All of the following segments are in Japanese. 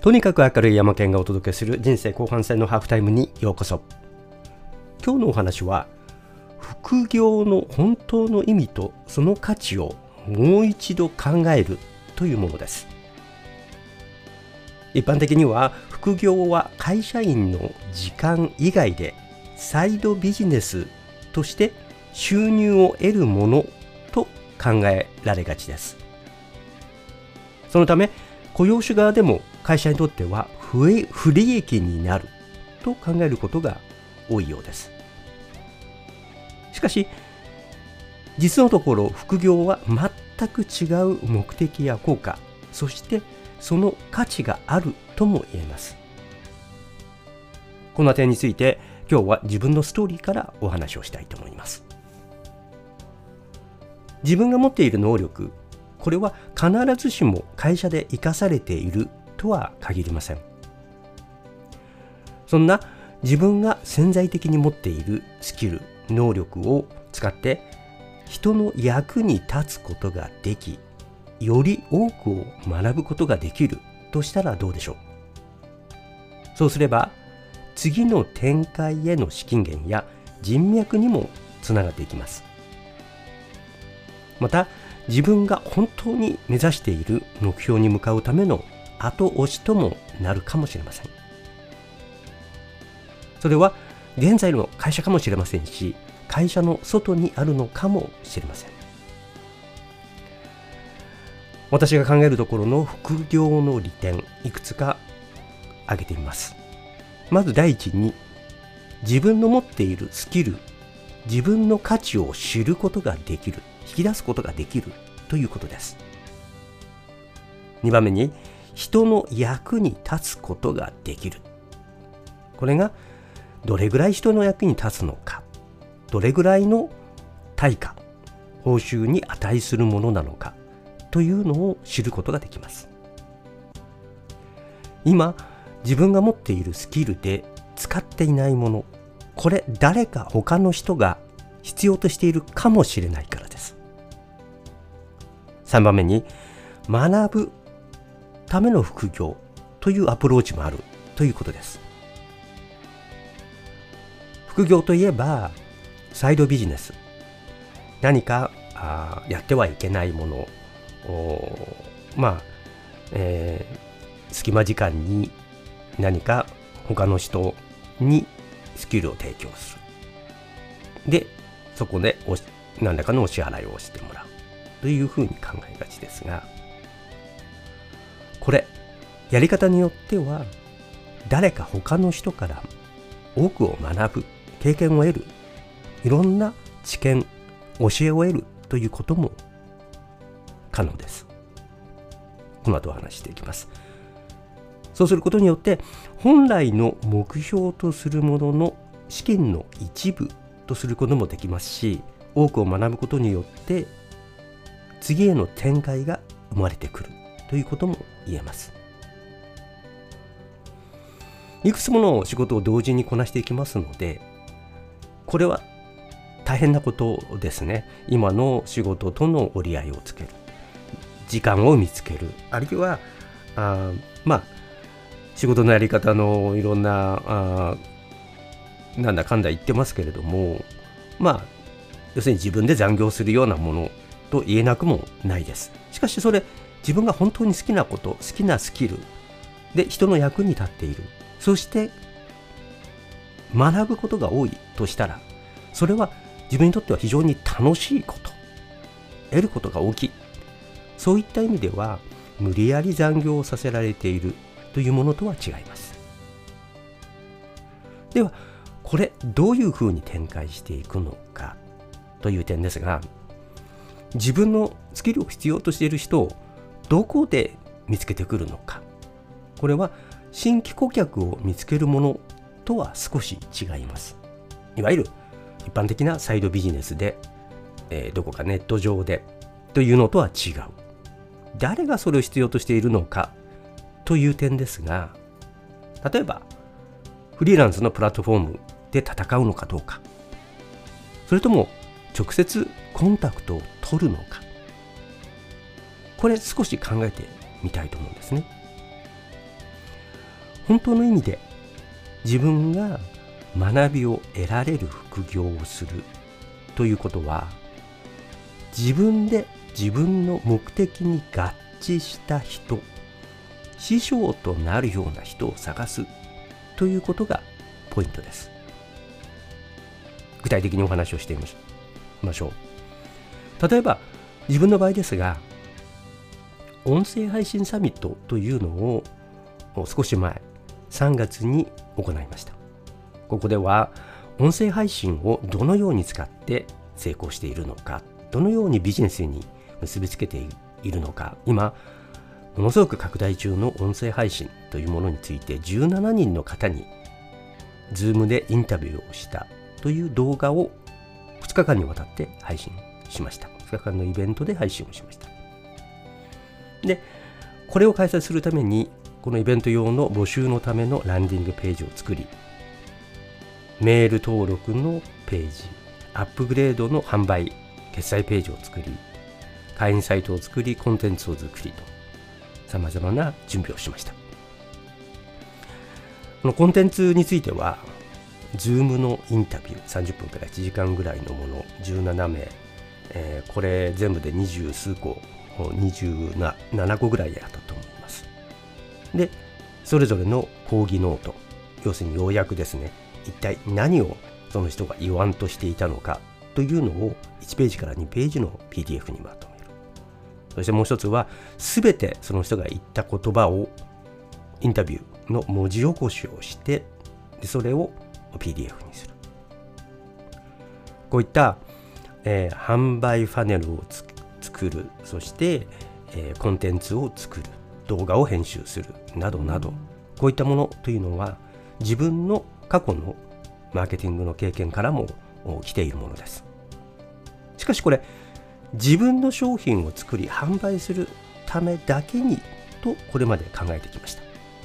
とにかく明るい山県がお届けする人生後半戦のハーフタイムにようこそ。今日のお話は、副業の本当の意味とその価値をもう一度考えるというものです。一般的には副業は会社員の時間以外でサイドビジネスとして収入を得るものと考えられがちです。そのため雇用主側でも会社にとっては不利益になると考えることが多いようです。しかし実のところ副業は全く違う目的や効果、そしてその価値があるとも言えます。この点について今日は自分のストーリーからお話をしたいと思います。自分が持っている能力、これは必ずしも会社で生かされているとは限りません。そんな自分が潜在的に持っているスキル、能力を使って人の役に立つことができ、より多くを学ぶことができるとしたらどうでしょう。そうすれば次の展開への資金源や人脈にもつながっていきます。また自分が本当に目指している目標に向かうための後押しともなるかもしれません。それは現在の会社かもしれませんし、会社の外にあるのかもしれません。私が考えるところの副業の利点、いくつか挙げてみます。まず第一に、自分の持っているスキル、自分の価値を知ることができる、引き出すことができるということです。2番目に、人の役に立つことができる。これがどれぐらい人の役に立つのか、どれぐらいの対価、報酬に値するものなのかというのを知ることができます。今自分が持っているスキルで使っていないもの、これ誰か他の人が必要としているかもしれないからです。3番目に、学ぶための副業というアプローチもあるということです。副業といえばサイドビジネス、何かやってはいけないもの、隙間時間に何か他の人にスキルを提供する。で、そこで何らかのお支払いをしてもらうというふうに考えがちですが、これやり方によっては誰か他の人から多くを学ぶ、経験を得る、いろんな知見、教えを得るということも可能です。この後お話ししていきます。そうすることによって本来の目標とするものの資金の一部とすることもできますし、多くを学ぶことによって次への展開が生まれてくるということも言えます。いくつもの仕事を同時にこなしていきますので、これは大変なことですね。今の仕事との折り合いをつける、時間を見つける、あるいは仕事のやり方のいろんななんだかんだ言ってますけれども、要するに自分で残業するようなものと言えなくもないです。しかしそれ自分が本当に好きなこと、好きなスキルで人の役に立っている、そして学ぶことが多いとしたら、それは自分にとっては非常に楽しいこと、得ることが大きい。そういった意味では無理やり残業をさせられているというものとは違います。ではこれどういうふうに展開していくのかという点ですが、自分のスキルを必要としている人をどこで見つけてくるのか、これは新規顧客を見つけるものとは少し違います。いわゆる一般的なサイドビジネスで、どこかネット上でというのとは違う。誰がそれを必要としているのかという点ですが、例えばフリーランスのプラットフォームで戦うのかどうか、それとも直接コンタクトを取るのか、これ少し考えてみたいと思うんですね。 本当の意味で自分が学びを得られる副業をするということは、自分で自分の目的に合致した人、師匠となるような人を探すということがポイントです。具体的にお話をしてみましょう。例えば自分の場合ですが、音声配信サミットというのを少し前3月に行いました。ここでは音声配信をどのように使って成功しているのか、どのようにビジネスに結びつけているのか、今ものすごく拡大中の音声配信というものについて17人の方に Zoom でインタビューをしたという動画を2日間にわたって配信しました。2日間のイベントで配信をしました。で、これを開催するためにこのイベント用の募集のためのランディングページを作り、メール登録のページ、アップグレードの販売決済ページを作り、会員サイトを作り、コンテンツを作りとさまざまな準備をしました。このコンテンツについては Zoom のインタビュー30分から1時間ぐらいのもの17名、これ全部で20数個27個ぐらいやったと思います。で、それぞれの講義ノート、要するに要約ですね、一体何をその人が言わんとしていたのかというのを1ページから2ページの PDF にまとめる。そしてもう一つは全てその人が言った言葉をインタビューの文字起こしをして、でそれを PDF にする。こういった、販売ファネルを作る、そして、コンテンツを作る、動画を編集するなどなど、こういったものというのは自分の過去のマーケティングの経験からも来ているものです。しかしこれ、自分の商品を作り販売するためだけにとこれまで考えてきました。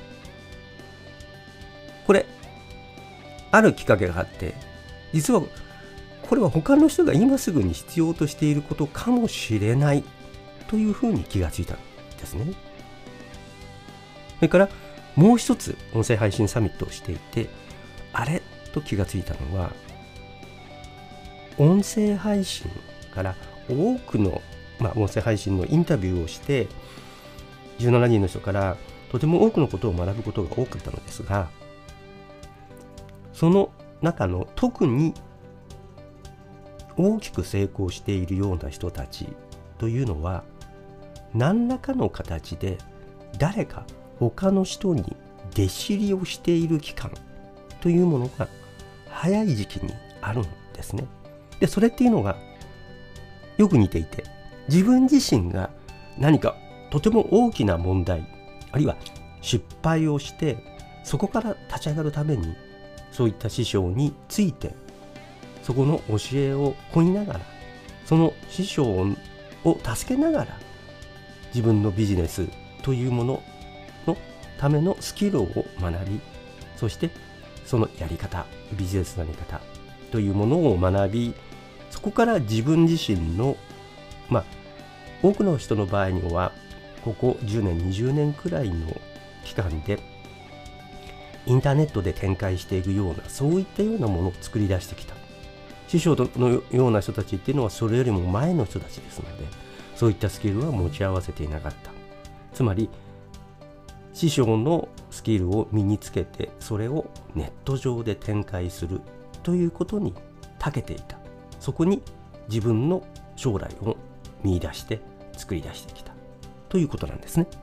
これあるきっかけがあって、実はこれは他の人が今すぐに必要としていることかもしれないというふうに気がついたんですね。それからもう一つ音声配信サミットをしていて、あれと気がついたのは、音声配信から多くの、音声配信のインタビューをして17人の人からとても多くのことを学ぶことが多かったのですが、その中の特に大きく成功しているような人たちというのは、何らかの形で誰か他の人に弟子入りをしている期間というものが早い時期にあるんですね。で、それっていうのがよく似ていて、自分自身が何かとても大きな問題、あるいは失敗をして、そこから立ち上がるためにそういった師匠について、そこの教えを請いながら、その師匠を助けながら、自分のビジネスというもののためのスキルを学び、そしてそのやり方、ビジネスのやり方というものを学び、そこから自分自身の、多くの人の場合にはここ10年20年くらいの期間でインターネットで展開しているような、そういったようなものを作り出してきた師匠のような人たちっていうのは、それよりも前の人たちですので、そういったスキルは持ち合わせていなかった。つまり師匠のスキルを身につけて、それをネット上で展開するということに長けていた。そこに自分の将来を見出して作り出してきたということなんですね。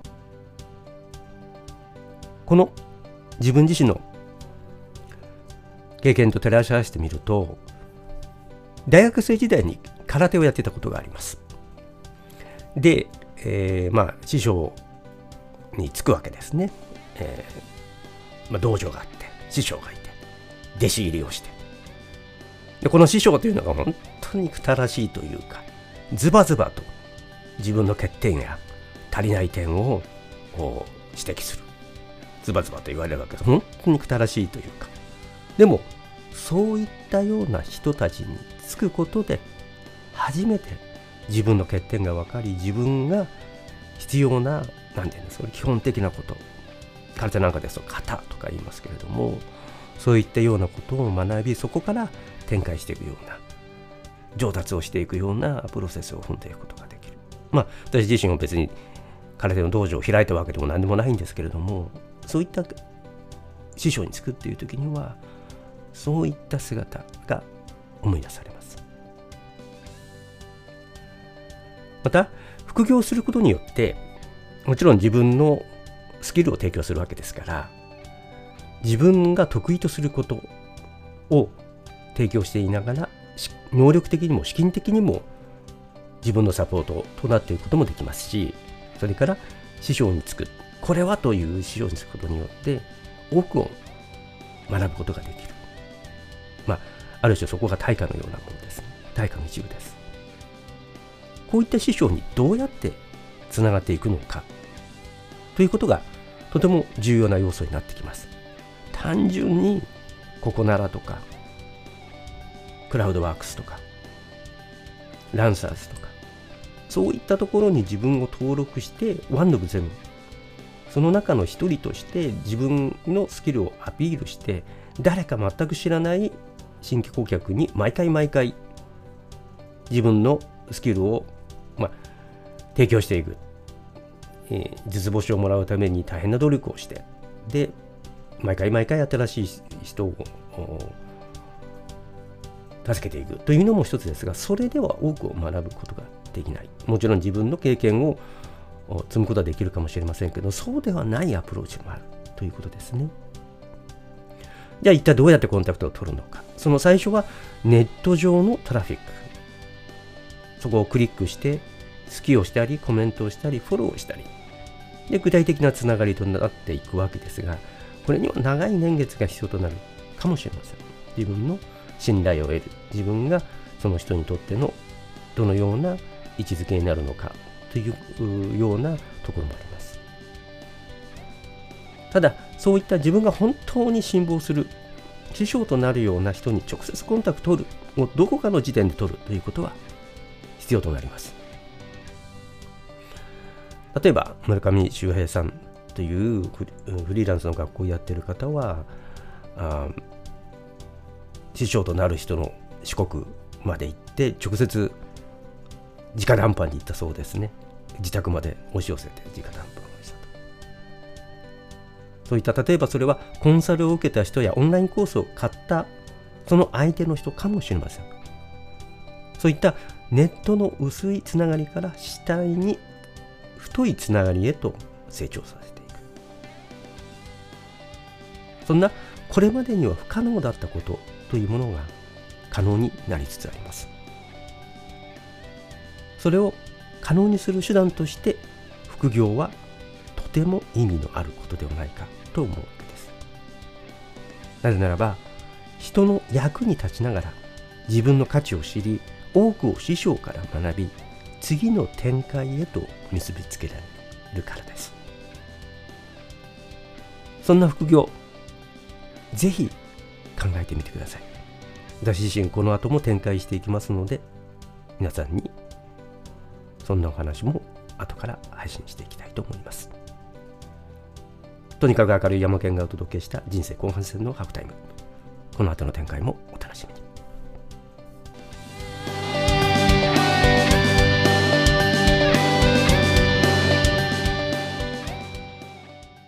この自分自身の経験と照らし合わせてみると、大学生時代に空手をやってたことがあります。で、師匠につくわけですね。道場があって師匠がいて弟子入りをして、でこの師匠というのが本当に憎たらしいというか、ズバズバと自分の欠点や足りない点を指摘する、ズバズバと言われるわけです。本当に憎たらしいというか、でもそういったような人たちにつくことで初めて自分の欠点が分かり、自分が必要な、なんていうんですか、基本的なこと、 空手なんかですと型とか言いますけれども、そういったようなことを学び、そこから展開していくような、上達をしていくようなプロセスを踏んでいくことができる。私自身も別に空手の道場を開いたわけでも何でもないんですけれども、そういった師匠につくっていう時にはそういった姿が思い出されます。また副業することによって、もちろん自分のスキルを提供するわけですから、自分が得意とすることを提供していながら、能力的にも資金的にも自分のサポートとなっていくこともできますし、それから師匠につく、これはという師匠につくことによって多くを学ぶことができる。ある種そこが対価のようなものですね。対価の一部です。こういった師匠にどうやってつながっていくのかということがとても重要な要素になってきます。単純にココナラとかクラウドワークスとかランサーズとか、そういったところに自分を登録してワンオブゼム、その中の一人として自分のスキルをアピールして、誰か全く知らない新規顧客に毎回自分のスキルを、提供していく、実募集をもらうために大変な努力をして、で毎回新しい人を助けていくというのも一つですが、それでは多くを学ぶことができない。もちろん自分の経験を積むことはできるかもしれませんけど、そうではないアプローチもあるということですね。じゃあ一体どうやってコンタクトを取るのか。その最初はネット上のトラフィック、そこをクリックして好きをしたりコメントをしたりフォローをしたりで、具体的なつながりとなっていくわけですが、これには長い年月が必要となるかもしれません。自分の信頼を得る、自分がその人にとってのどのような位置づけになるのかというようなところもあります。ただそういった自分が本当に信望する師匠となるような人に直接コンタクトを取る、どこかの時点で取るということは必要となります。例えば村上周平さんというフリーランスの学校をやっている方は、師匠となる人の四国まで行って直接直談判に行ったそうですね。自宅まで押し寄せて直談判をしたと。そういった、例えばそれはコンサルを受けた人やオンラインコースを買ったその相手の人かもしれません。そういったネットの薄いつながりから次第に太いつながりへと成長させていく。そんなこれまでには不可能だったことというものが可能になりつつあります。それを可能にする手段として副業はとても意味のあることではないかと思うわけです。なぜならば、人の役に立ちながら自分の価値を知り、多くを師匠から学び、次の展開へと結びつけられるからです。そんな副業、ぜひ考えてみてください。私自身この後も展開していきますので、皆さんにそんなお話も後から配信していきたいと思います。とにかく明るい山県がお届けした人生後半戦のハーフタイム。この後の展開もお楽しみに。